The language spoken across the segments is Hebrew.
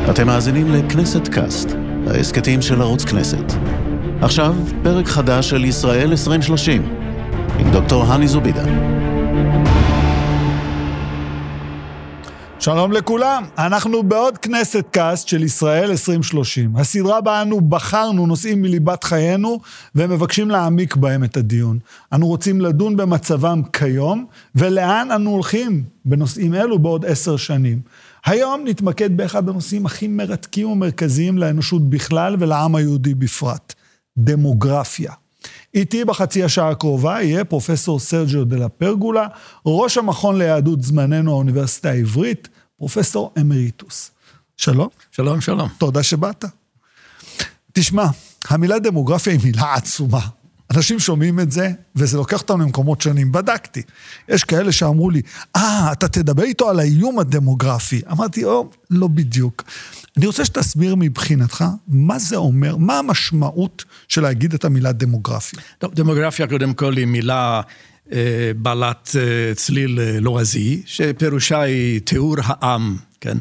אתם מאזינים לכנסת קאסט, ההסכתים של ערוץ כנסת. עכשיו, פרק חדש של ישראל 2030, עם דוקטור הני זובידה. שלום לכולם, אנחנו בעוד כנסת קאסט של ישראל 2030. הסדרה בה אנו בחרנו נושאים מליבת חיינו ומבקשים להעמיק בהם את הדיון. אנו רוצים לדון במצבם כיום ולאן אנו הולכים בנושאים אלו בעוד 10 שנים. היום נתמקד באחד הנושאים הכי מרתקים ומרכזיים לאנושות בכלל ולעם היהודי בפרט, דמוגרפיה. איתי בחצי השעה הקרובה יהיה פרופסור סרג'יו דלה פרגולה, ראש המכון ליהדות זמננו האוניברסיטה העברית, פרופסור אמריטוס. שלום. שלום, שלום. תודה שבאת. תשמע, המילה דמוגרפיה היא מילה עצומה. אנשים שומעים את זה, וזה לוקח אותם למקומות שונים. בדקתי. יש כאלה שאמרו לי, אתה תדבר איתו על האיום הדמוגרפי. אמרתי, לא בדיוק. אני רוצה שתסביר מבחינתך, מה זה אומר, מה המשמעות של להגיד את המילה דמוגרפיה? טוב, דמוגרפיה קודם כל היא מילה בעלת צליל לועזי, שפירושה היא תיאור העם, כן?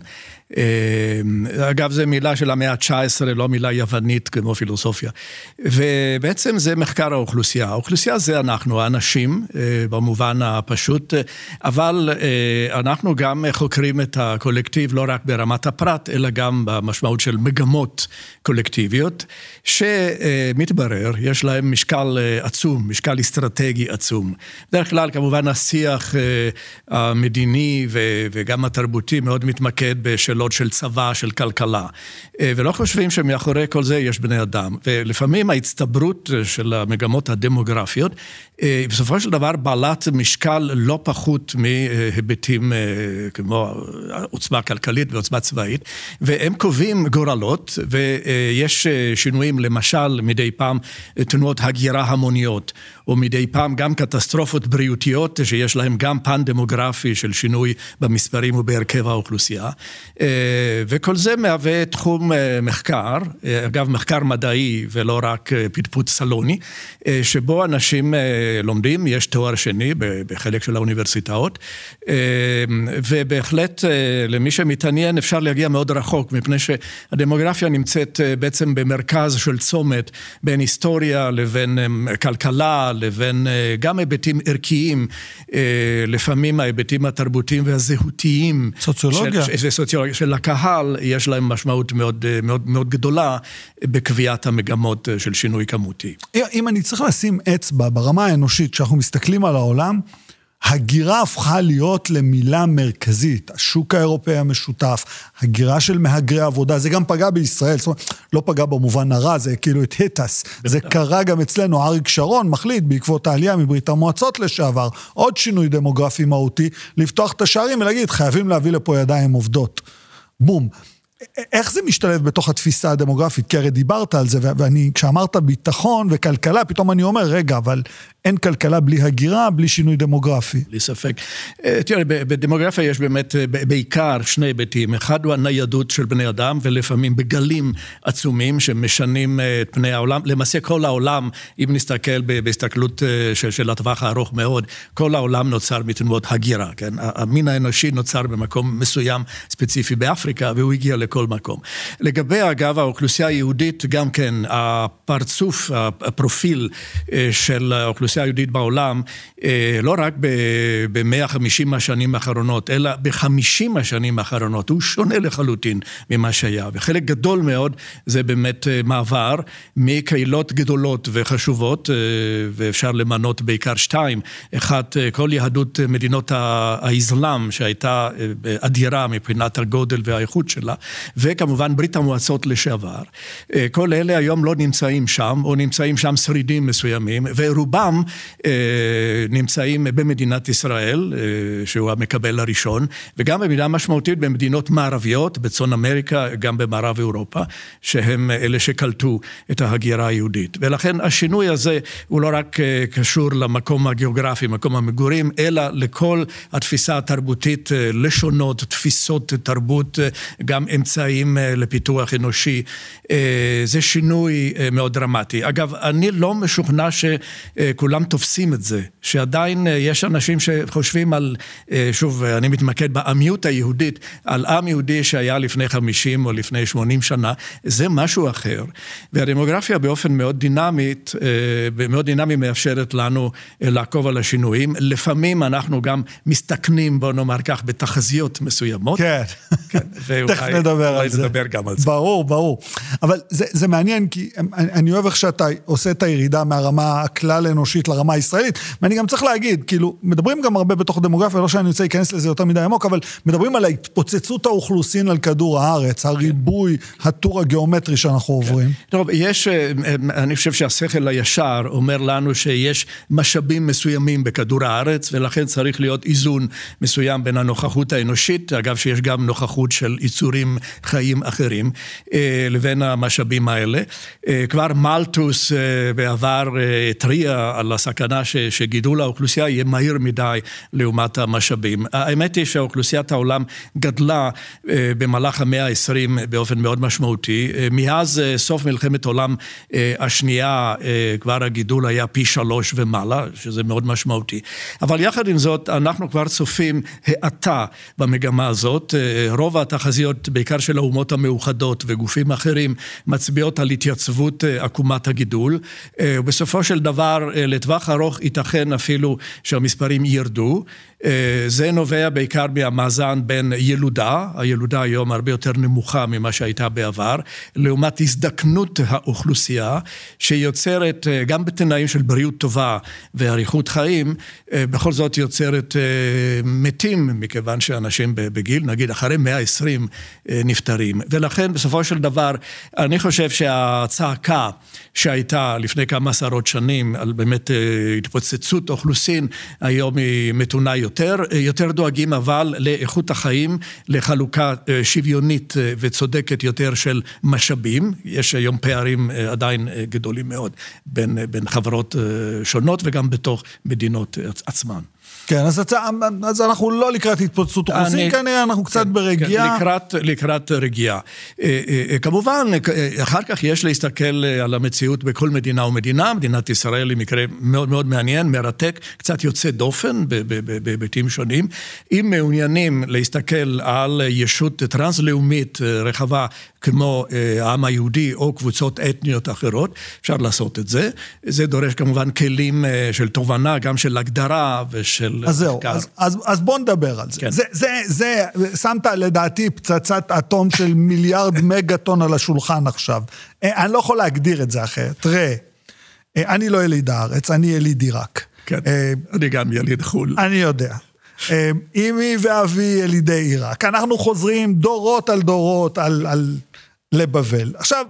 אגב, זו מילה של המאה ה-19, לא מילה יוונית כמו פילוסופיה. ובעצם זה מחקר האוכלוסייה. האוכלוסייה זה אנחנו, האנשים, במובן הפשוט, אבל אנחנו גם חוקרים את הקולקטיב לא רק ברמת הפרט, אלא גם במשמעות של מגמות קולקטיביות, שמתברר, יש להם משקל עצום, משקל אסטרטגי עצום. בדרך כלל, כמובן, השיח המדיני וגם התרבותי מאוד מתמקד בשאלות של צבא, של כלכלה, ולא חושבים שמאחורי כל זה יש בני אדם, ולפעמים ההצטברות של המגמות הדמוגרפיות, בסופו של דבר בעלת משקל לא פחות מהיבטים כמו עוצמה כלכלית ועוצמה צבאית, והם קובעים גורלות, ויש שינויים, למשל מדי פעם תנועות הגירה המוניות, או מדי פעם גם קטסטרופות בריאותיות, שיש להם גם פן דמוגרפי של שינוי במספרים ובהרכב האוכלוסייה, וכל זה מהווה תחום מחקר, אגב מחקר מדעי ולא רק פטפוט סלוני, שבו אנשים לומדים, יש תואר שני בחלק של האוניברסיטאות, ובהחלט למי שמתעניין אפשר להגיע מאוד רחוק, מפני שהדמוגרפיה נמצאת בעצם במרכז של צומת, בין היסטוריה לבין כלכלה, לבין גם היבטים ערכיים, לפעמים ההיבטים התרבותיים והזהותיים, סוציולוגיה. של הקהל, יש להם משמעות מאוד, מאוד, מאוד גדולה בקביעת המגמות של שינוי כמותי. אם אני צריך לשים אצבע ברמה האנושית, שאנחנו מסתכלים על העולם, הגירה הפכה להיות למילה מרכזית, השוק האירופאי המשותף, הגירה של מהגרי עבודה, זה גם פגע בישראל, זאת אומרת, לא פגע במובן הרע, זה כאילו את היטס, זה קרה גם אצלנו, אריק שרון מחליט בעקבות העלייה מברית המועצות לשעבר, עוד שינוי דמוגרפי מהותי, לפתוח את השערים ולהגיד, חייבים להביא לפה ידיים עובדות. בום. איך זה משתלב בתוך התפיסה הדמוגרפית? כי הרי דיברת על זה, ואני, כשאמרת ביטחון וכלכלה, פתאום אני אומר, רגע, אבל אין כלכלה בלי הגירה, בלי שינוי דמוגרפי. בלי ספק. תראה, בדמוגרפיה יש באמת בעיקר שני היבטים. אחד הוא הניידות של בני אדם, ולפעמים בגלים עצומים שמשנים את פני העולם. למעשה כל העולם, אם נסתכל בהסתכלות של הטווח הארוך מאוד, כל העולם נוצר מתנועות הגירה. כן? המין האנושי נוצר במקום מסוים ספציפי באפריקה, והוא הגיע לכל מקום. לגבי, אגב, האוכלוסייה היהודית, גם כן, הפרצוף, הפרופיל של האוכלוסייה היהודית בעולם, לא רק ב-150 השנים האחרונות, אלא ב-50 השנים האחרונות, הוא שונה לחלוטין ממה שהיה. וחלק גדול מאוד זה באמת מעבר מקהילות גדולות וחשובות, ואפשר למנות בעיקר 2. אחת, כל יהדות מדינות האסלאם, שהייתה אדירה מבחינת הגודל והאיכות שלה, וכמובן ברית המועצות לשעבר. כל אלה היום לא נמצאים שם, או נמצאים שם שרידים מסוימים, ורובם נמצאים במדינת ישראל, שהוא המקבל הראשון, וגם במידה משמעותית במדינות מערביות, בצפון אמריקה, גם במערב אירופה, שהם אלה שקלטו את ההגירה היהודית. ולכן השינוי הזה הוא לא רק קשור למקום הגיאוגרפי, מקום המגורים, אלא לכל התפיסה התרבותית, לשונות, תפיסות תרבות, גם אמצעים לפיתוח אנושי, זה שינוי מאוד דרמטי. אגב, אני לא משוכנע שכולם תופסים את זה, שעדיין יש אנשים שחושבים על, שוב, אני מתמקד בעמיות היהודית, על עם יהודי שהיה לפני 50 או לפני 80 שנה, זה משהו אחר. והדמוגרפיה באופן מאוד דינמי מאפשרת לנו לעקוב על השינויים. לפעמים אנחנו גם מסתכנים, בוא נאמר כך, בתחזיות מסוימות. כן, תכף נדבר על זה. נדבר גם על זה. ברור. אבל זה מעניין, כי אני אוהב איך שאתה עושה את הירידה מהרמה הכלל האנושית לרמה הישראלית, ואני גם צריך להגיד, כאילו, מדברים גם הרבה בתוך דמוגרפיה, לא שאני רוצה להיכנס לזה יותר מדי עמוק, אבל מדברים על ההתפוצצות האוכלוסין על כדור הארץ, הריבוי, הטור הגיאומטרי שאנחנו עוברים. טוב, אני חושב שהשכל הישר אומר לנו שיש משאבים מסוימים בכדור הארץ, ולכן צריך להיות איזון מסוים בין הנוכחות האנושית, אגב שיש גם נוכחות של יצורים חיים אחרים, לבין המשאבים האלה. כבר מלטוס בעבר התריע על הסכנה שגידול האוכלוסייה יהיה מהיר מדי לעומת המשאבים. האמת היא שאוכלוסיית העולם גדלה במהלך המאה ה-20 באופן מאוד משמעותי. מאז סוף מלחמת העולם השנייה כבר הגידול היה פי 3 ומעלה, שזה מאוד משמעותי. אבל יחד עם זאת אנחנו כבר צופים האטה במגמה הזאת. רוב התחזיות בעיקר של האומות המאוחדות וגופים אחרים מצביעות על התייצבות עקומת הגידול. ובסופו של דבר לטווח ארוך ייתכן אפילו שהמספרים ירדו. זה נובע בעיקר מהמאזן בין ילודה, הילודה היום הרבה יותר נמוכה ממה שהייתה בעבר, לעומת הזדקנות האוכלוסייה, שיוצרת גם בתנאים של בריאות טובה ואריכות חיים, בכל זאת יוצרת מתים, מכיוון שאנשים בגיל, נגיד אחרי 120 נפטרים. ולכן בסופו של דבר, אני חושב שהצעקה שהייתה לפני כמה עשרות שנים, על באמת התפוצצות אוכלוסין, היום היא מתונה יותר דואגים אבל לאיכות החיים, לחלוקה שוויונית וצודקת יותר של משאבים. יש היום פערים עדיין גדולים מאוד בין חברות שונות וגם בתוך מדינות עצמן. כן, אז אנחנו לא לקראת התפוצצות אוכלוסין, כנראה אנחנו קצת ברגיעה. לקראת רגיעה. כמובן, אחר כך יש להסתכל על המציאות בכל מדינה ומדינה. מדינת ישראל היא מקרה מאוד מאוד מעניין, מרתק, קצת יוצא דופן בביתים שונים. אם מעוניינים להסתכל על ישות טרנס-לאומית רחבה, כמו העם היהודי או קבוצות אתניות אחרות, אפשר לעשות את זה. זה דורש כמובן כלים של תובנה, גם של הגדרה ושל... אז זהו, אז בוא נדבר על זה. כן. זה, שמת לדעתי פצצת אטום של מיליארד מגטון על השולחן עכשיו. אני לא יכול להגדיר את זה אחרת. תראה, אני לא יליד הארץ, אני יליד עיראק. כן, אני גם יליד חול. אני יודע. אמי ואבי ילידי עיראק. אנחנו חוזרים דורות על דורות על לבבל. עכשיו,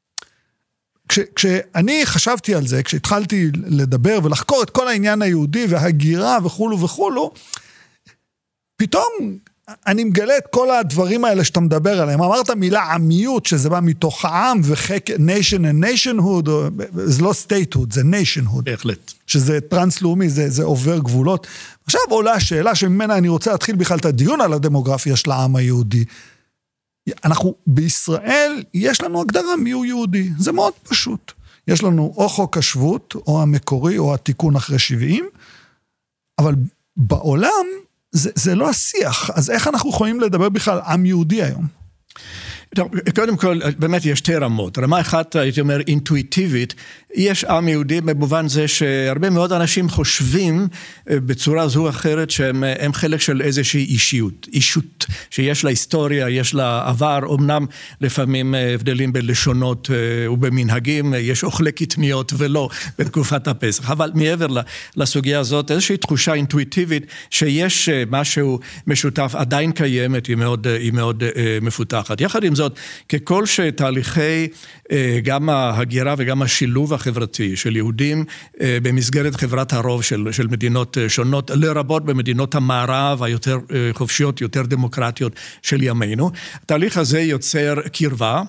כשאני חשבתי על זה, כשהתחלתי לדבר ולחקור את כל העניין היהודי והגירה וכולו, פתאום אני מגלה את כל הדברים האלה שאתה מדבר עליהם. אמרת מילה עמיות, שזה בא מתוך העם וחק nation and nationhood, זה לא statehood, זה nationhood. בהחלט. שזה טרנס-לאומי, זה עובר גבולות. עכשיו עולה השאלה שממנה אני רוצה להתחיל בכלל את הדיון על הדמוגרפיה של העם היהודי. אנחנו בישראל, יש לנו הגדרה מיהו יהודי, זה מאוד פשוט. יש לנו או חוק השבות, או המקורי, או התיקון אחרי 70, אבל בעולם זה לא השיח. אז איך אנחנו יכולים לדבר בכלל עם יהודי היום? קודם כל, באמת יש שתי רמות. רמה אחת, הייתי אומר, אינטואיטיבית, יש עם יהודי במובן זה שהרבה מאוד אנשים חושבים בצורה זו או אחרת שהם חלק של איזושהי אישות, שיש לה היסטוריה, יש לה עבר, אמנם לפעמים הבדלים בלשונות ובמנהגים, יש אוכלי קטניות ולא בתקופת הפסח, אבל מעבר לסוגיה הזאת, איזושהי תחושה אינטואיטיבית שיש משהו משותף, עדיין קיימת, היא מאוד מפותחת. יחד עם זאת, ככל שתהליכי גם ההגירה וגם השילוב החברתי של יהודים במסגרת חברת הרוב של מדינות שונות, לרבות במדינות המערב היותר חופשיות, יותר דמוקרטיות של ימינו, התהליך הזה יוצר קרבה,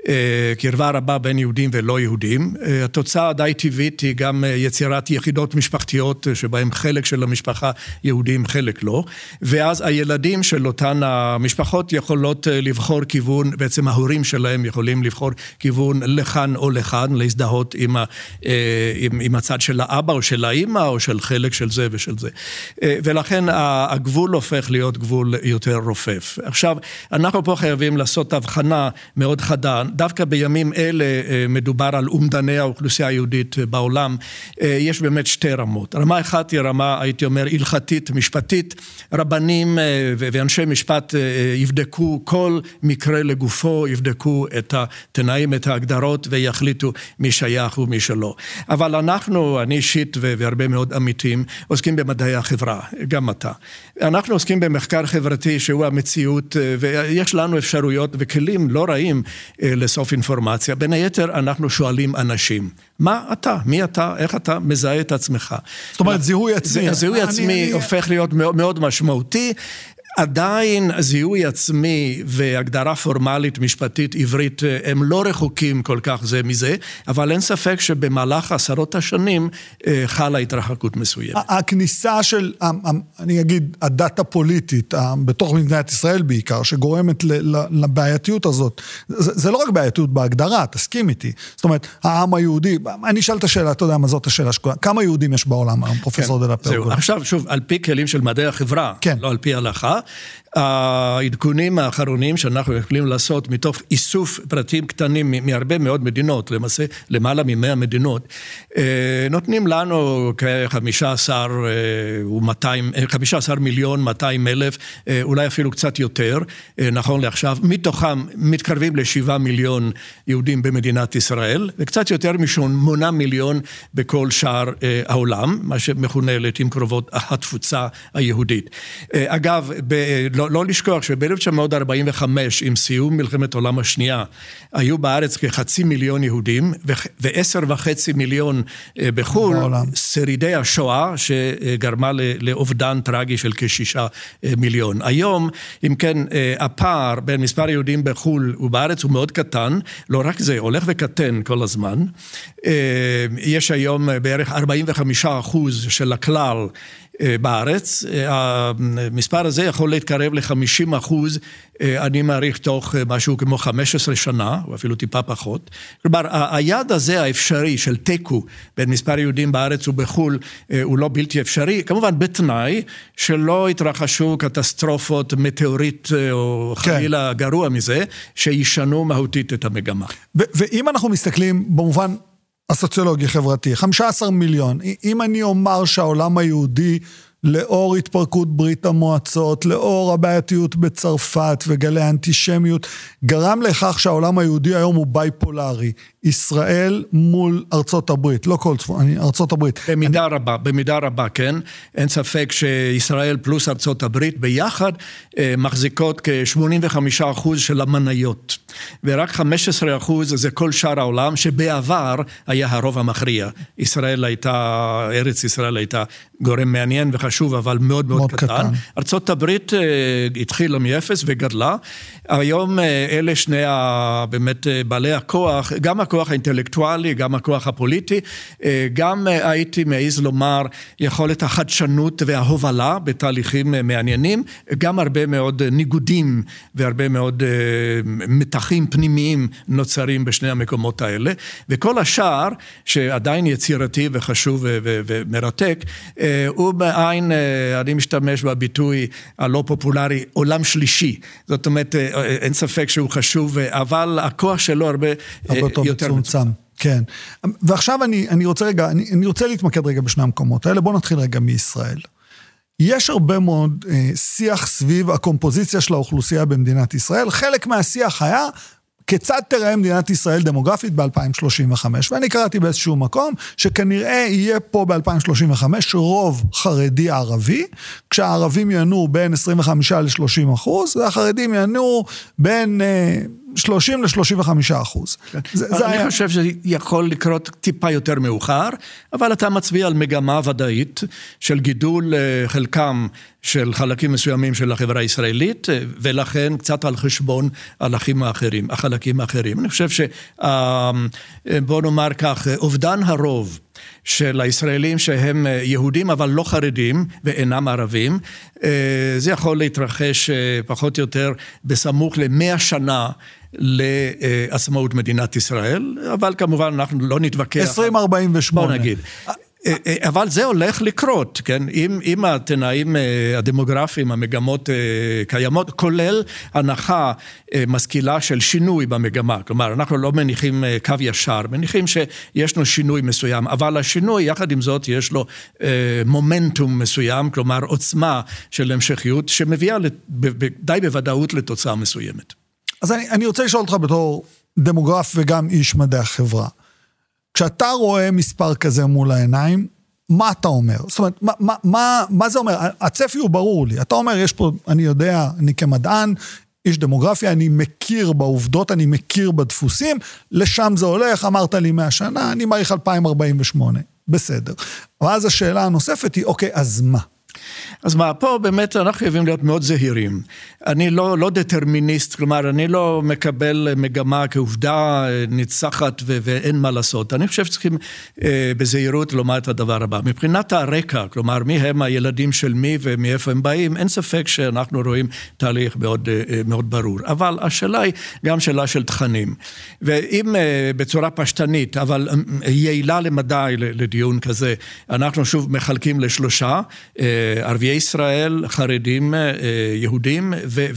קרבה רבה בין יהודים ולא יהודים. התוצאה די טבעית היא גם יצירת יחידות משפחתיות, שבהם חלק של המשפחה יהודים, חלק לא, ואז הילדים של אותן המשפחות יכולות לבחור כיוון, בעצם ההורים שלהם יכולים לבחור כיוון לכאן או לכאן, להזדהות עם הצד של האבא או של האמא, או של חלק של זה ושל זה. ולכן הגבול הופך להיות גבול יותר רופף. עכשיו, אנחנו פה חייבים לעשות הבחנה מאוד חדה, דווקא בימים אלה מדובר על אומדני האוכלוסייה היהודית בעולם, יש באמת שתי רמות. רמה אחת היא רמה, הייתי אומר, הלכתית, משפטית, רבנים ואנשי משפט יבדקו כל מקרה לגופו, יבדקו את התנאים, את ההגדרות, ויחליטו מי שייך ומי שלא. אבל אני אישית והרבה מאוד עמיתים, עוסקים במדעי החברה, גם אתה. אנחנו עוסקים במחקר חברתי שהוא המציאות, ויש לנו אפשרויות וכלים לא רעים לסוף אינפורמציה. בין היתר אנחנו שואלים אנשים, מה אתה? מי אתה? איך אתה מזהה את עצמך? זאת אומרת, זיהוי עצמי. זיהוי עצמי הופך להיות מאוד משמעותי. עדיין זיהוי עצמי והגדרה פורמלית, משפטית, עברית, הם לא רחוקים כל כך זה מזה, אבל אין ספק שבמהלך עשרות השנים חלה התרחקות מסוימת. הכניסה של, אני אגיד, הדת הפוליטית, בתוך מדינת ישראל בעיקר, שגורמת לבעייתיות הזאת, זה לא רק בעייתיות בהגדרה, תסכים איתי. זאת אומרת, העם היהודי, אני אשאל את השאלה, אתה יודע מה זאת השאלה שקורה, כמה יהודים יש בעולם, פרופסור דלה פרגולה? עכשיו, שוב, על פי כלים של מדעי החברה, לא על פי הלכה, העדכונים האחרונים שאנחנו יכולים לעשות מתוך איסוף פרטים קטנים מהרבה מאוד מדינות, למעשה למעלה מ100 מדינות, נותנים לנו כ-15 מיליון 200 אלף, אולי אפילו קצת יותר, נכון לעכשיו, מתוכם מתקרבים ל7 מיליון יהודים במדינת ישראל, וקצת יותר מ8 מיליון בכל שאר העולם, מה שמכונה לעתים קרובות התפוצה היהודית. אגב, לא לשכוח שב-1945, עם סיום מלחמת העולם השנייה, היו בארץ כ500,000 יהודים, ו10.5 מיליון בחול, שרידי השואה, שגרמה לאובדן טרגי של כ6 מיליון. היום, אם כן, הפער בין מספר יהודים בחול ובארץ הוא מאוד קטן, לא רק זה, הולך וקטן כל הזמן. יש היום בערך 45% של הכלל בארץ, המספר הזה יכול להתקרב ל50%, אני מעריך תוך משהו כמו 15 שנה, או אפילו טיפה פחות. כלומר, היעד הזה האפשרי של תיקו בין מספר יהודים בארץ ובחול, הוא לא בלתי אפשרי, כמובן בתנאי שלא התרחשו קטסטרופות מטאורית או חלילה גרוע מזה, שישנו מהותית את המגמה. ואם אנחנו מסתכלים במובן הסוציולוגי חברתי, 15 מיליון, אם אני אומר שהעולם היהודי, לאור התפרקות ברית המועצות, לאור הבעייתיות בצרפת וגלי האנטישמיות, גרם לכך שהעולם היהודי היום הוא בייפולרי, ישראל מול ארצות הברית, לא כל צפון, ארצות הברית. במידה רבה, כן. אין ספק שישראל פלוס ארצות הברית ביחד מחזיקות כ-85% של המניות, ורק 15% זה כל שאר העולם, שבעבר היה הרוב המכריע. ארץ ישראל הייתה גורם מעניין וחשוב, אבל מאוד מאוד קטן. ארצות הברית התחילה מאפס וגדלה. היום אלה שני באמת בעלי הכוח, גם הכוח האינטלקטואלי, גם הכוח הפוליטי, גם הייתי מעז לומר יכולת החדשנות וההובלה בתהליכים מעניינים, גם הרבה מאוד ניגודים והרבה מאוד מתחים פנימיים נוצרים בשני המקומות האלה, וכל השאר שעדיין יצירתי וחשוב ומרתק, הוא בעין, אני משתמש בביטוי הלא פופולרי, עולם שלישי. זאת אומרת, אין ספק שהוא חשוב, אבל הכוח שלו הרבה יותר מצומצם. כן. ועכשיו אני רוצה להתמקד רגע בשני המקומות האלה. בואו נתחיל רגע מישראל. יש הרבה מאוד שיח סביב הקומפוזיציה של האוכלוסייה במדינת ישראל. חלק מהשיח היה כיצד תראה מדינת ישראל דמוגרפית ב-2035, ואני קראתי באיזשהו מקום, שכנראה יהיה פה ב-2035 רוב חרדי ערבי, כשהערבים יענו בין 25 ל-30%, והחרדים יענו בין 30-35%. אני חושב שזה יכול לקרות טיפה יותר מאוחר, אבל אתה מצביע על מגמה ודאית של גידול חלקם של חלקים מסוימים של החברה הישראלית, ולכן קצת על חשבון החלקים האחרים. אני חושב בוא נאמר כך, אובדן הרוב של הישראלים שהם יהודים אבל לא חרדים ואינם ערבים, זה יכול להתרחש פחות או יותר בסמוך ל100 שנה לעצמאות מדינת ישראל, אבל כמובן אנחנו לא נתווכח. 2048. בוא נגיד. אבל זה הולך לקרות, כן? אם התנאים הדמוגרפיים, המגמות קיימות, כולל הנחה משכילה של שינוי במגמה. כלומר, אנחנו לא מניחים קו ישר, מניחים שישנו שינוי מסוים, אבל השינוי, יחד עם זאת, יש לו מומנטום מסוים, כלומר, עוצמה של המשכיות, שמביאה די בוודאות לתוצאה מסוימת. אז אני רוצה לשאול אותך בתור דמוגרף וגם איש מדעי החברה. כשאתה רואה מספר כזה מול העיניים, מה אתה אומר? זאת אומרת, מה זה אומר? הצפי הוא ברור לי. אתה אומר, יש פה, אני יודע, אני כמדען, איש דמוגרפיה, אני מכיר בעובדות, אני מכיר בדפוסים, לשם זה הולך, אמרת לי 100 שנה, אני מעריך 2048. בסדר. ואז השאלה הנוספת היא, אוקיי, אז מה? אז מה, פה באמת אנחנו חייבים להיות מאוד זהירים. אני לא דטרמיניסט, כלומר, אני לא מקבל מגמה כעובדה ניצחת ואין מה לעשות. אני חושב שצריכים בזהירות לומר את הדבר הבא. מבחינת הרקע, כלומר, מי הם הילדים של מי ומאיפה הם באים, אין ספק שאנחנו רואים תהליך מאוד ברור. אבל השאלה היא גם שאלה של תכנים. ואם בצורה פשטנית, אבל יעילה למדי לדיון כזה, אנחנו שוב מחלקים לשלושה, ערביי ישראל, חרדים, יהודים,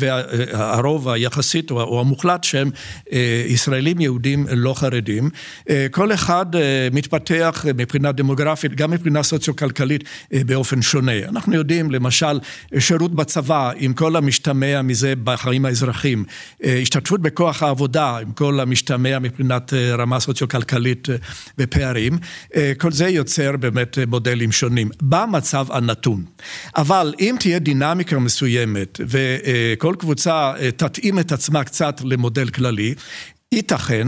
והרוב היחסית או המוחלט שהם ישראלים יהודים לא חרדים. כל אחד מתפתח מבחינה דמוגרפית, גם מבחינה סוציו-כלכלית באופן שונה. אנחנו יודעים, למשל, שירות בצבא, עם כל המשתמע מזה בחיים האזרחים, השתתפות בכוח העבודה, עם כל המשתמע מבחינת רמה סוציו-כלכלית ופערים, כל זה יוצר באמת מודלים שונים. במצב הנתון. אבל אם תהיה דינמיקה מסוימת, וכל קבוצה תתאים את עצמה קצת למודל כללי, ייתכן,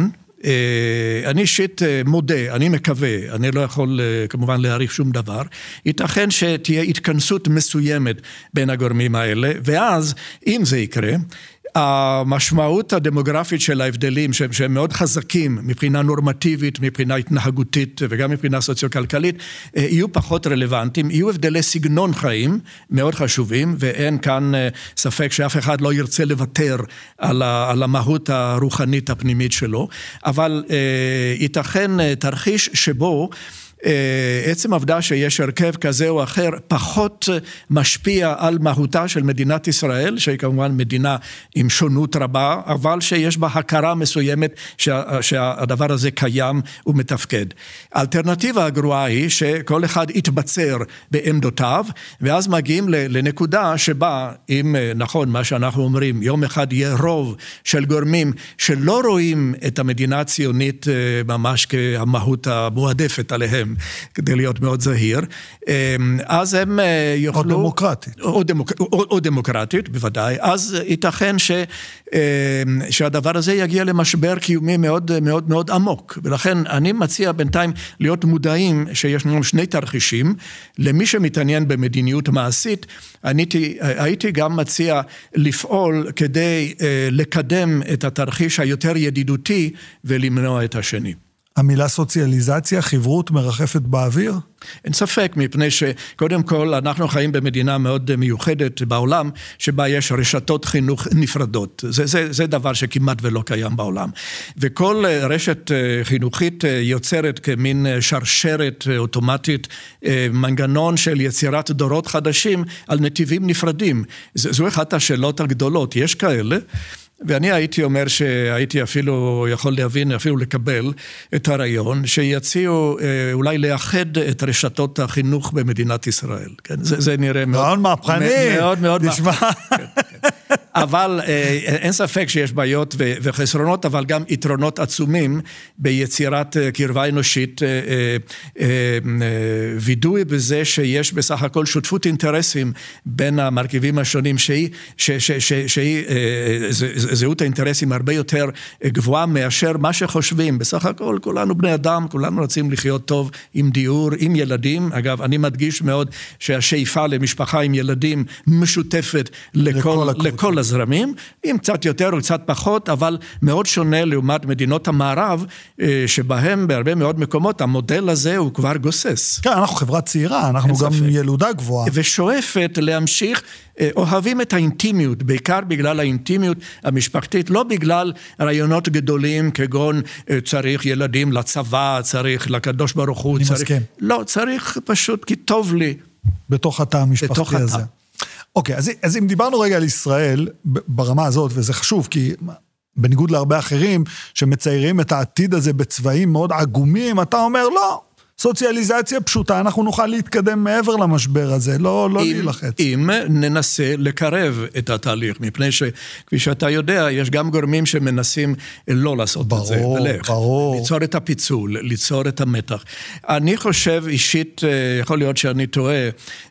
אני אישית מודה, אני מקווה, אני לא יכול כמובן להעריך שום דבר, ייתכן שתהיה התכנסות מסוימת בין הגורמים האלה, ואז אם זה יקרה, המשמעות הדמוגרפית של ההבדלים שהם מאוד חזקים מבחינה נורמטיבית, מבחינה התנהגותית וגם מבחינה סוציו-כלכלית, יהיו פחות רלוונטיים, יהיו הבדלי סגנון חיים מאוד חשובים, ואין כאן ספק שאף אחד לא ירצה לוותר על המהות הרוחנית הפנימית שלו, אבל ייתכן תרחיש שבו עצם העובדה שיש הרכב כזה או אחר פחות משפיע על מהותה של מדינת ישראל, שהיא כמובן מדינה עם שונות רבה, אבל שיש בה הכרה מסוימת שהדבר הזה קיים ומתפקד. האלטרנטיבה הגרועה היא שכל אחד יתבצר בעמדותיו, ואז מגיעים לנקודה שבה, אם נכון מה שאנחנו אומרים, יום אחד יהיה רוב של גורמים שלא רואים את המדינה הציונית ממש כמהות המועדפת עליהם, כדי להיות מאוד זהיר, אז הם יוכלו... או דמוקרטית. או דמוקרטית, בוודאי. אז ייתכן שהדבר הזה יגיע למשבר קיומי מאוד מאוד מאוד עמוק. ולכן אני מציע בינתיים להיות מודעים שיש לנו שני תרחישים. למי שמתעניין במדיניות מעשית, הייתי גם מציע לפעול כדי לקדם את התרחיש היותר ידידותי ולמנוע את השני. המילה סוציאליזציה, חברות מרחפת באוויר? אין ספק, מפני שקודם כל אנחנו חיים במדינה מאוד מיוחדת בעולם, שבה יש רשתות חינוך נפרדות. זה דבר שכמעט ולא קיים בעולם. וכל רשת חינוכית יוצרת כמין שרשרת אוטומטית, מנגנון של יצירת דורות חדשים על נתיבים נפרדים. זו אחת השאלות הגדולות, יש כאלה, ואני הייתי אומר שהייתי אפילו יכול להבין, אפילו לקבל את הרעיון, שיציעו אולי לאחד את רשתות החינוך במדינת ישראל. כן? זה נראה מאוד... מאוד מהפכני. מאוד מאוד נשמע. מהפכני. כן, כן. אבל אין ספק שיש בעיות וחסרונות, אבל גם יתרונות עצומים ביצירת קרבה אנושית, וידוי בזה שיש בסך הכל שותפות אינטרסים בין המרכיבים השונים, שהיא זהות האינטרסים הרבה יותר גבוהה מאשר מה שחושבים. בסך הכל כולנו בני אדם, כולנו רוצים לחיות טוב עם דיור, עם ילדים. אגב, אני מדגיש מאוד שהשאיפה למשפחה עם ילדים משותפת לכל הזרמים, עם קצת יותר או קצת פחות, אבל מאוד שונה לעומת מדינות המערב, שבהם בהרבה מאוד מקומות המודל הזה הוא כבר גוסס. כן, אנחנו חברה צעירה, אנחנו גם ילודה גבוהה. ושואפת להמשיך, אוהבים את האינטימיות, בעיקר בגלל האינטימיות המשפחתית, לא בגלל רעיונות גדולים, כגון צריך ילדים לצבא, צריך לקדוש ברוך הוא, לא, צריך פשוט כי טוב לי. בתוך התא המשפחתי הזה. אוקיי, אז אם דיברנו רגע על ישראל, ברמה הזאת, וזה חשוב, כי בניגוד להרבה אחרים, שמציירים את העתיד הזה בצבעים מאוד עגומים, אתה אומר, לא, סוציאליזציה פשוטה, אנחנו נוכל להתקדם מעבר למשבר הזה, לא להילחץ. אם ננסה לקרב את התהליך, מפני שכפי שאתה יודע, יש גם גורמים שמנסים לא לעשות את זה. ברור. ליצור את הפיצול, ליצור את המתח. אני חושב אישית, יכול להיות שאני טועה,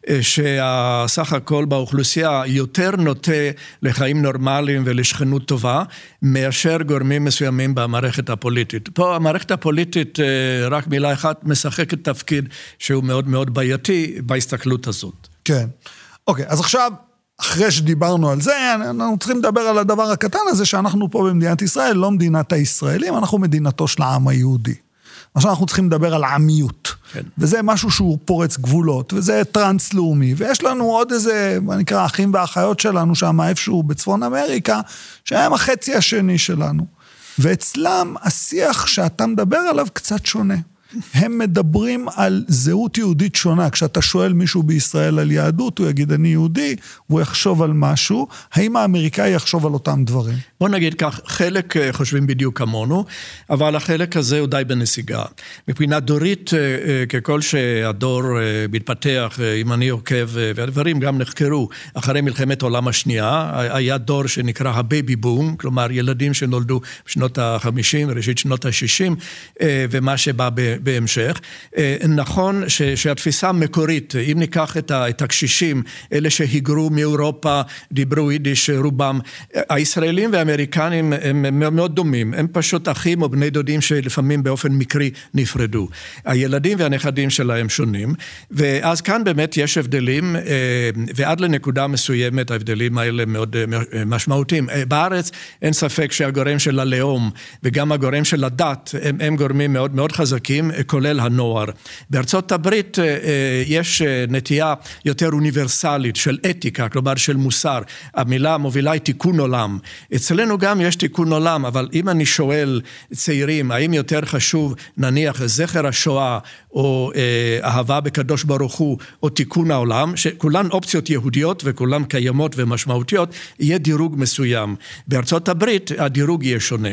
שהסך הכל באוכלוסייה יותר נוטה לחיים נורמליים ולשכנות טובה, מאשר גורמים מסוימים במערכת הפוליטית. פה המערכת הפוליטית, רק מילה אחת, משחקת תפקיד שהוא מאוד מאוד בעייתי בהסתכלות הזאת. כן. אוקיי, אז עכשיו, אחרי שדיברנו על זה, אנחנו צריכים לדבר על הדבר הקטן הזה, שאנחנו פה במדינת ישראל, לא מדינת הישראלים, אנחנו מדינתו של העם היהודי. עכשיו אנחנו צריכים לדבר על עמיות. כן. וזה משהו שהוא פורץ גבולות, וזה טרנס-לאומי, ויש לנו עוד איזה, מה נקרא, אחים ואחיות שלנו, שם איפשהו בצפון אמריקה, שהם החצי השני שלנו. ואצלם השיח שאתה מדבר עליו קצת שונה. הם מדברים על זהות יהודית שונה. כשאתה שואל מישהו בישראל על יהדות, הוא יגיד אני יהודי, הוא יחשוב על משהו, האם האמריקאי יחשוב על אותם דברים? בוא נגיד כך, חלק חושבים בדיוק כמונו, אבל החלק הזה הוא די בנסיגה. מבחינה דורית, ככל שהדור מתפתח, אם אני עוקב, והדברים גם נחקרו, אחרי מלחמת העולם השנייה, היה דור שנקרא הבייבי בום, כלומר ילדים שנולדו בשנות ה-50, ראשית שנות ה-60, ומה שבא בהמשך. נכון שהתפיסה המקורית, אם ניקח את הקשישים, אלה שהיגרו מאירופה, דיברו יידיש רובם, הישראלים והאמריקנים הם מאוד דומים, הם פשוט אחים או בני דודים שלפעמים באופן מקרי נפרדו. הילדים והנכדים שלהם שונים, ואז כאן באמת יש הבדלים, ועד לנקודה מסוימת ההבדלים האלה מאוד משמעותיים. בארץ אין ספק שהגורם של הלאום וגם הגורם של הדת הם גורמים מאוד מאוד חזקים, כולל הנוער. בארצות הברית יש נטייה יותר אוניברסלית של אתיקה, כלומר של מוסר. המילה מובילה היא תיקון עולם. אצלנו גם יש תיקון עולם, אבל אם אני שואל צעירים, האם יותר חשוב נניח זכר השואה, או אהבה בקדוש ברוך הוא, או תיקון העולם, שכולן אופציות יהודיות וכולן קיימות ומשמעותיות, יהיה דירוג מסוים. בארצות הברית הדירוג יהיה שונה.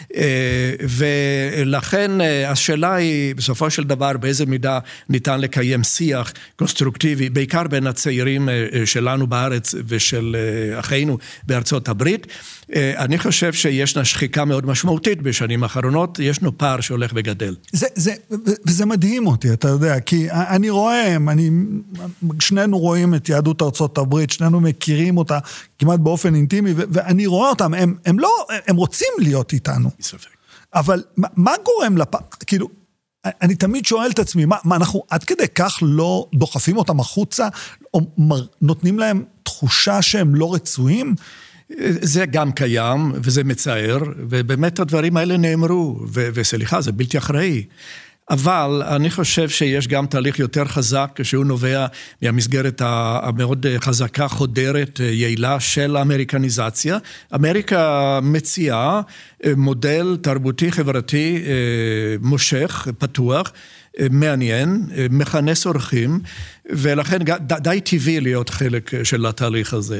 ולכן השאלה היא בסופו של דבר באיזה מידה ניתן לקיים שיח קונסטרוקטיבי, בעיקר בין הצעירים שלנו בארץ ושל אחינו בארצות הברית. אני חושב שיש שחיקה מאוד משמעותית בשנים האחרונות, ישנו פער שהולך וגדל. וזה מדהים אותי, אתה יודע, כי אני רואה, שנינו רואים את יהדות ארצות הברית, שנינו מכירים אותה כמעט באופן אינטימי, ואני רואה אותם, הם רוצים להיות איתנו. אבל מה גורם לפער? כאילו, אני תמיד שואל את עצמי, מה אנחנו עד כדי כך לא דוחפים אותם החוצה, או נותנים להם תחושה שהם לא רצויים? זה גם קיים, וזה מצער, ובאמת הדברים האלה נאמרו, וסליחה, זה בלתי אחראי. אבל אני חושב שיש גם תהליך יותר חזק, שהוא נובע מהמסגרת המאוד חזקה, חודרת, יעילה של האמריקניזציה. אמריקה מציעה מודל תרבותי חברתי מושך, פתוח, מעניין, מכנס אורחים, ולכן די טבעי להיות חלק של התהליך הזה.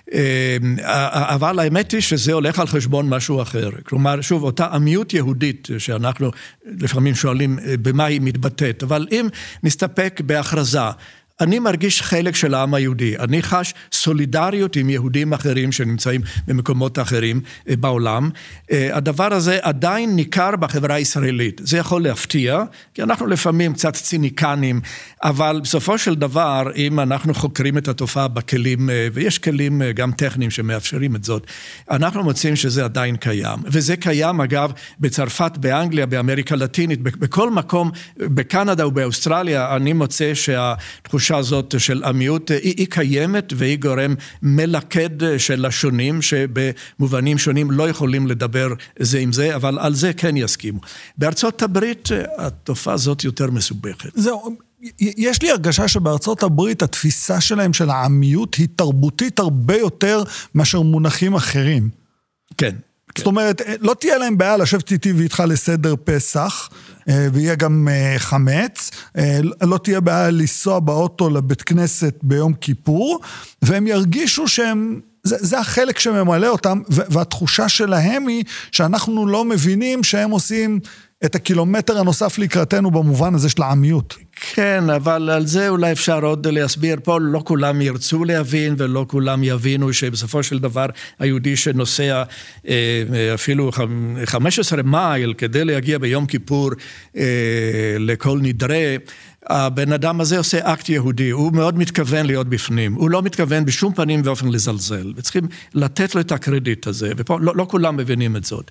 אבל האמת היא שזה הולך על חשבון משהו אחר. כלומר, שוב, אותה עמיות יהודית שאנחנו לפעמים שואלים במה היא מתבטאת, אבל אם נסתפק בהכרזה, אני מרגיש חלק של העם היהודי, אני חש סולידריות עם יהודים אחרים שנמצאים במקומות אחרים בעולם, הדבר הזה עדיין ניכר בחברה הישראלית, זה יכול להפתיע, כי אנחנו לפעמים קצת ציניקנים, אבל בסופו של דבר, אם אנחנו חוקרים את התופעה בכלים, ויש כלים גם טכניים שמאפשרים את זאת, אנחנו מוצאים שזה עדיין קיים, וזה קיים אגב בצרפת, באנגליה, באמריקה הלטינית, בכל מקום, בקנדה ובאוסטרליה, אני מוצא שהתחושה הזאת של עמיות היא קיימת, והיא גורם מלכד של השונים, שבמובנים שונים לא יכולים לדבר זה עם זה, אבל על זה כן יסכימו. בארצות הברית התופעה הזאת יותר מסובכת. זהו, יש לי הרגשה שבארצות הברית התפיסה שלהם של העמיות היא תרבותית הרבה יותר מאשר מונחים אחרים. כן. זאת אומרת, לא תהיה להם בעיה לשבת איתי ואיתך לסדר פסח, ויהיה גם חמץ, לא תהיה בעיה לנסוע באוטו לבית כנסת ביום כיפור, והם ירגישו שהם, זה החלק שממלא אותם, והתחושה שלהם היא שאנחנו לא מבינים שהם עושים את הקילומטר הנוסף לקראתנו במובן הזה של העמיות. כן, אבל על זה אולי אפשר עוד להסביר פה, לא כולם ירצו להבין ולא כולם יבינו שבסופו של דבר היהודי שנוסע אפילו 15 מייל כדי להגיע ביום כיפור לכל נדרה, הבן אדם הזה עושה אקט יהודי, הוא מאוד מתכוון להיות בפנים, הוא לא מתכוון בשום פנים ואופן לזלזל, וצריכים לתת לו את הקרדיט הזה, ופה לא כולם מבינים את זאת.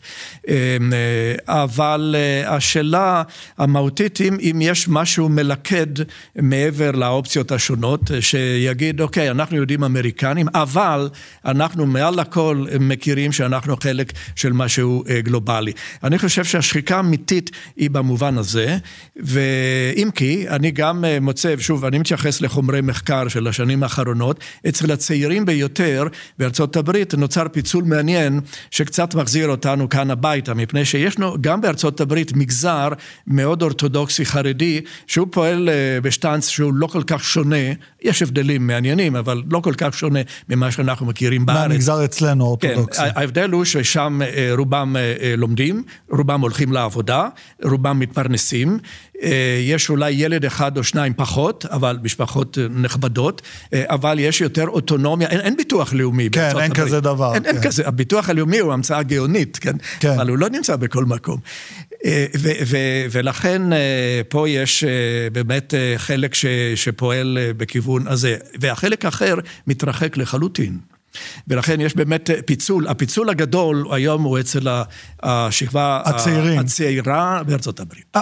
אבל השאלה המהותית, אם יש משהו מלכד מעבר לאופציות השונות, שיגיד, אוקיי, אנחנו יהודים אמריקנים, אבל אנחנו מעל הכל מכירים שאנחנו חלק של משהו גלובלי. אני חושב שהשחיקה האמיתית היא במובן הזה, ואם כי, אני גם מוצא, שוב, אני מתייחס לחומרי מחקר של השנים האחרונות, אצל הצעירים ביותר בארצות הברית נוצר פיצול מעניין שקצת מחזיר אותנו כאן הביתה, מפני שישנו גם בארצות הברית מגזר מאוד אורתודוקסי חרדי, שהוא פועל בשטנץ שהוא לא כל כך שונה, יש הבדלים מעניינים, אבל לא כל כך שונה ממה שאנחנו מכירים בארץ. מהמגזר אצלנו אורתודוקסי. כן, ההבדל הוא ששם רובם לומדים, רובם הולכים לעבודה, רובם מתפרנסים, יש אולי ילד אחד או שניים פחות, אבל משפחות נכבדות, אבל יש יותר אוטונומיה, אין ביטוח לאומי. כן, אין כזה דבר. אין כזה, הביטוח הלאומי הוא המצאה גאונית, כן? אבל הוא לא נמצא בכל מקום. ולכן פה יש באמת חלק שפועל בכיוון הזה, והחלק האחר מתרחק לחלוטין. ולכן יש באמת פיצול, הפיצול הגדול היום הוא אצל השכבה הצעירה בארצות הברית.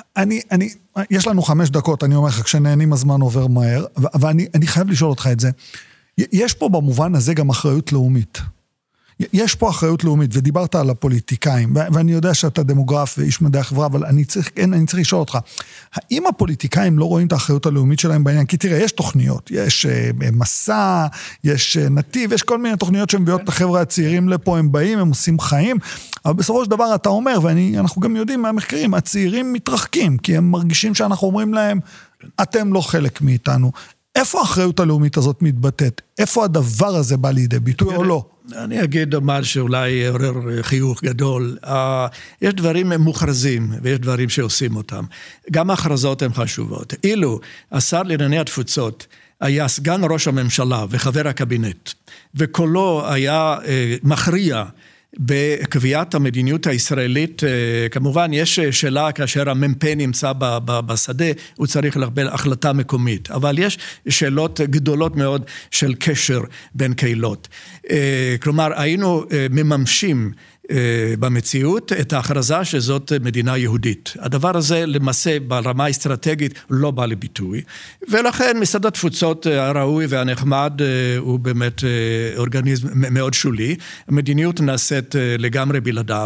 יש לנו 5 דקות, אני אומר לך, כשנהנים הזמן עובר מהר, אבל אני חייב לשאול אותך את זה. יש פה במובן הזה גם אחריות לאומית. יש פה אחריות לאומית, ודיברת על הפוליטיקאים, ואני יודע שאתה דמוגרף ואיש מדעי החברה, אבל אני צריך לשאול אותך, האם הפוליטיקאים לא רואים את האחריות הלאומית שלהם בעניין? כי תראה, יש תוכניות, יש מסע, יש נתיב, יש כל מיני תוכניות שמביאות את החבר'ה הצעירים לפה, הם באים, הם עושים חיים, אבל בסופו של דבר אתה אומר, ואנחנו גם יודעים מהמחקרים, הצעירים מתרחקים, כי הם מרגישים שאנחנו אומרים להם, אתם לא חלק מאיתנו. איפה האחריות הלאומית הזאת מתבטאת? איפה הדבר הזה בא לידי ביטוי או לא? אני אגיד אומר שאולי עורר חיוך גדול. יש דברים מוכרזים ויש דברים שעושים אותם. גם ההכרזות הן חשובות. אילו השר לענייני התפוצות היה סגן ראש הממשלה וחבר הקבינט, וקולו היה מכריע בקביעת המדיניות הישראלית, כמובן יש שאלה כאשר המ"פ נמצא בשדה, הוא צריך לקבל החלטה מקומית, אבל יש שאלות גדולות מאוד של קשר בין קהילות. כלומר, היינו מממשים במציאות את ההכרזה שזאת מדינה יהודית. הדבר הזה למעשה ברמה האסטרטגית לא בא לביטוי, ולכן משרד התפוצות הראוי והנחמד הוא באמת אורגניזם מאוד שולי, המדיניות נעשית לגמרי בלעדיו,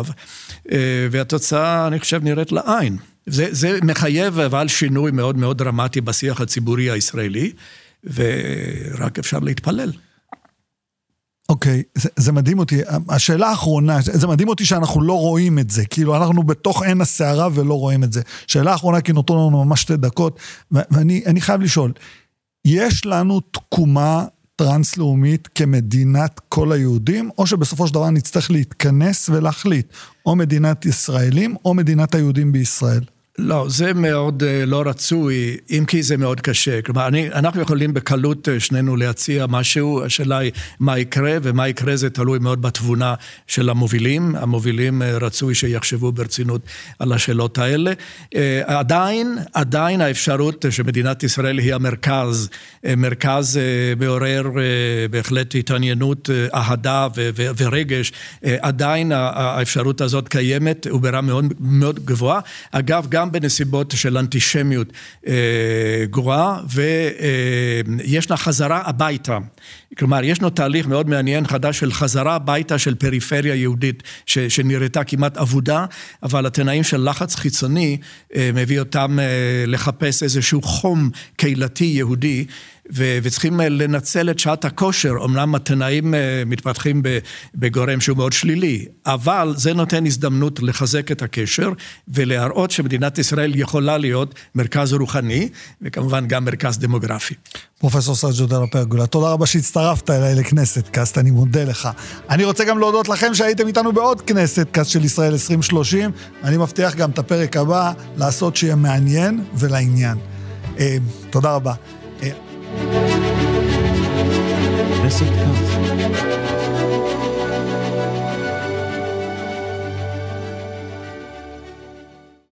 והתוצאה אני חושב נראית לעין. זה מחייב אבל שינוי מאוד מאוד דרמטי בשיח הציבורי הישראלי, ורק אפשר להתפלל. אוקיי, זה מדהים אותי, השאלה האחרונה, זה מדהים אותי שאנחנו לא רואים את זה, כאילו אנחנו בתוך עין הסערה ולא רואים את זה. שאלה האחרונה, כי נותרו לנו ממש 2 דקות, ואני חייב לשאול, יש לנו תקומה טרנס-לאומית כמדינת כל היהודים, או שבסופו של דבר נצטרך להתכנס ולהחליט, או מדינת ישראלים, או מדינת היהודים בישראל? לא, זה מאוד לא רצוי, אם כי זה מאוד קשה. כלומר, אנחנו יכולים בקלות שנינו להציע משהו, השאלה היא מה יקרה, ומה יקרה זה תלוי מאוד בתבונה של המובילים. המובילים רצוי שיחשבו ברצינות על השאלות האלה. עדיין האפשרות שמדינת ישראל היא מרכז מעורר בהחלט התעניינות, אהדה ורגש, עדיין האפשרות הזאת קיימת וברמה מאוד, מאוד גבוהה. אגב, גם בנסיבות של אנטישמיות גרועה, וישנה חזרה הביתה. כלומר, ישנו תהליך מאוד מעניין חדש של חזרה הביתה של פריפריה יהודית, שנראתה כמעט עבודה, אבל התנאים של לחץ חיצוני מביא אותם לחפש איזשהו חום קהילתי יהודי, וצריכים לנצל את שעת הכושר, אמנם התנאים מתפתחים בגורם שהוא מאוד שלילי, אבל זה נותן הזדמנות לחזק את הקשר, ולהראות שמדינת ישראל יכולה להיות מרכז רוחני, וכמובן גם מרכז דמוגרפי. פרופסור סרג'יו דלה פרגולה, תודה רבה שהצטרפת אליי לכנסת קאסט, אני מודה לך. אני רוצה גם להודות לכם שהייתם איתנו בעוד כנסת קאסט של ישראל 2030, אני מבטיח גם את הפרק הבא לעשות שיהיה מעניין ולעניין. תודה רבה. כנסת קאסט.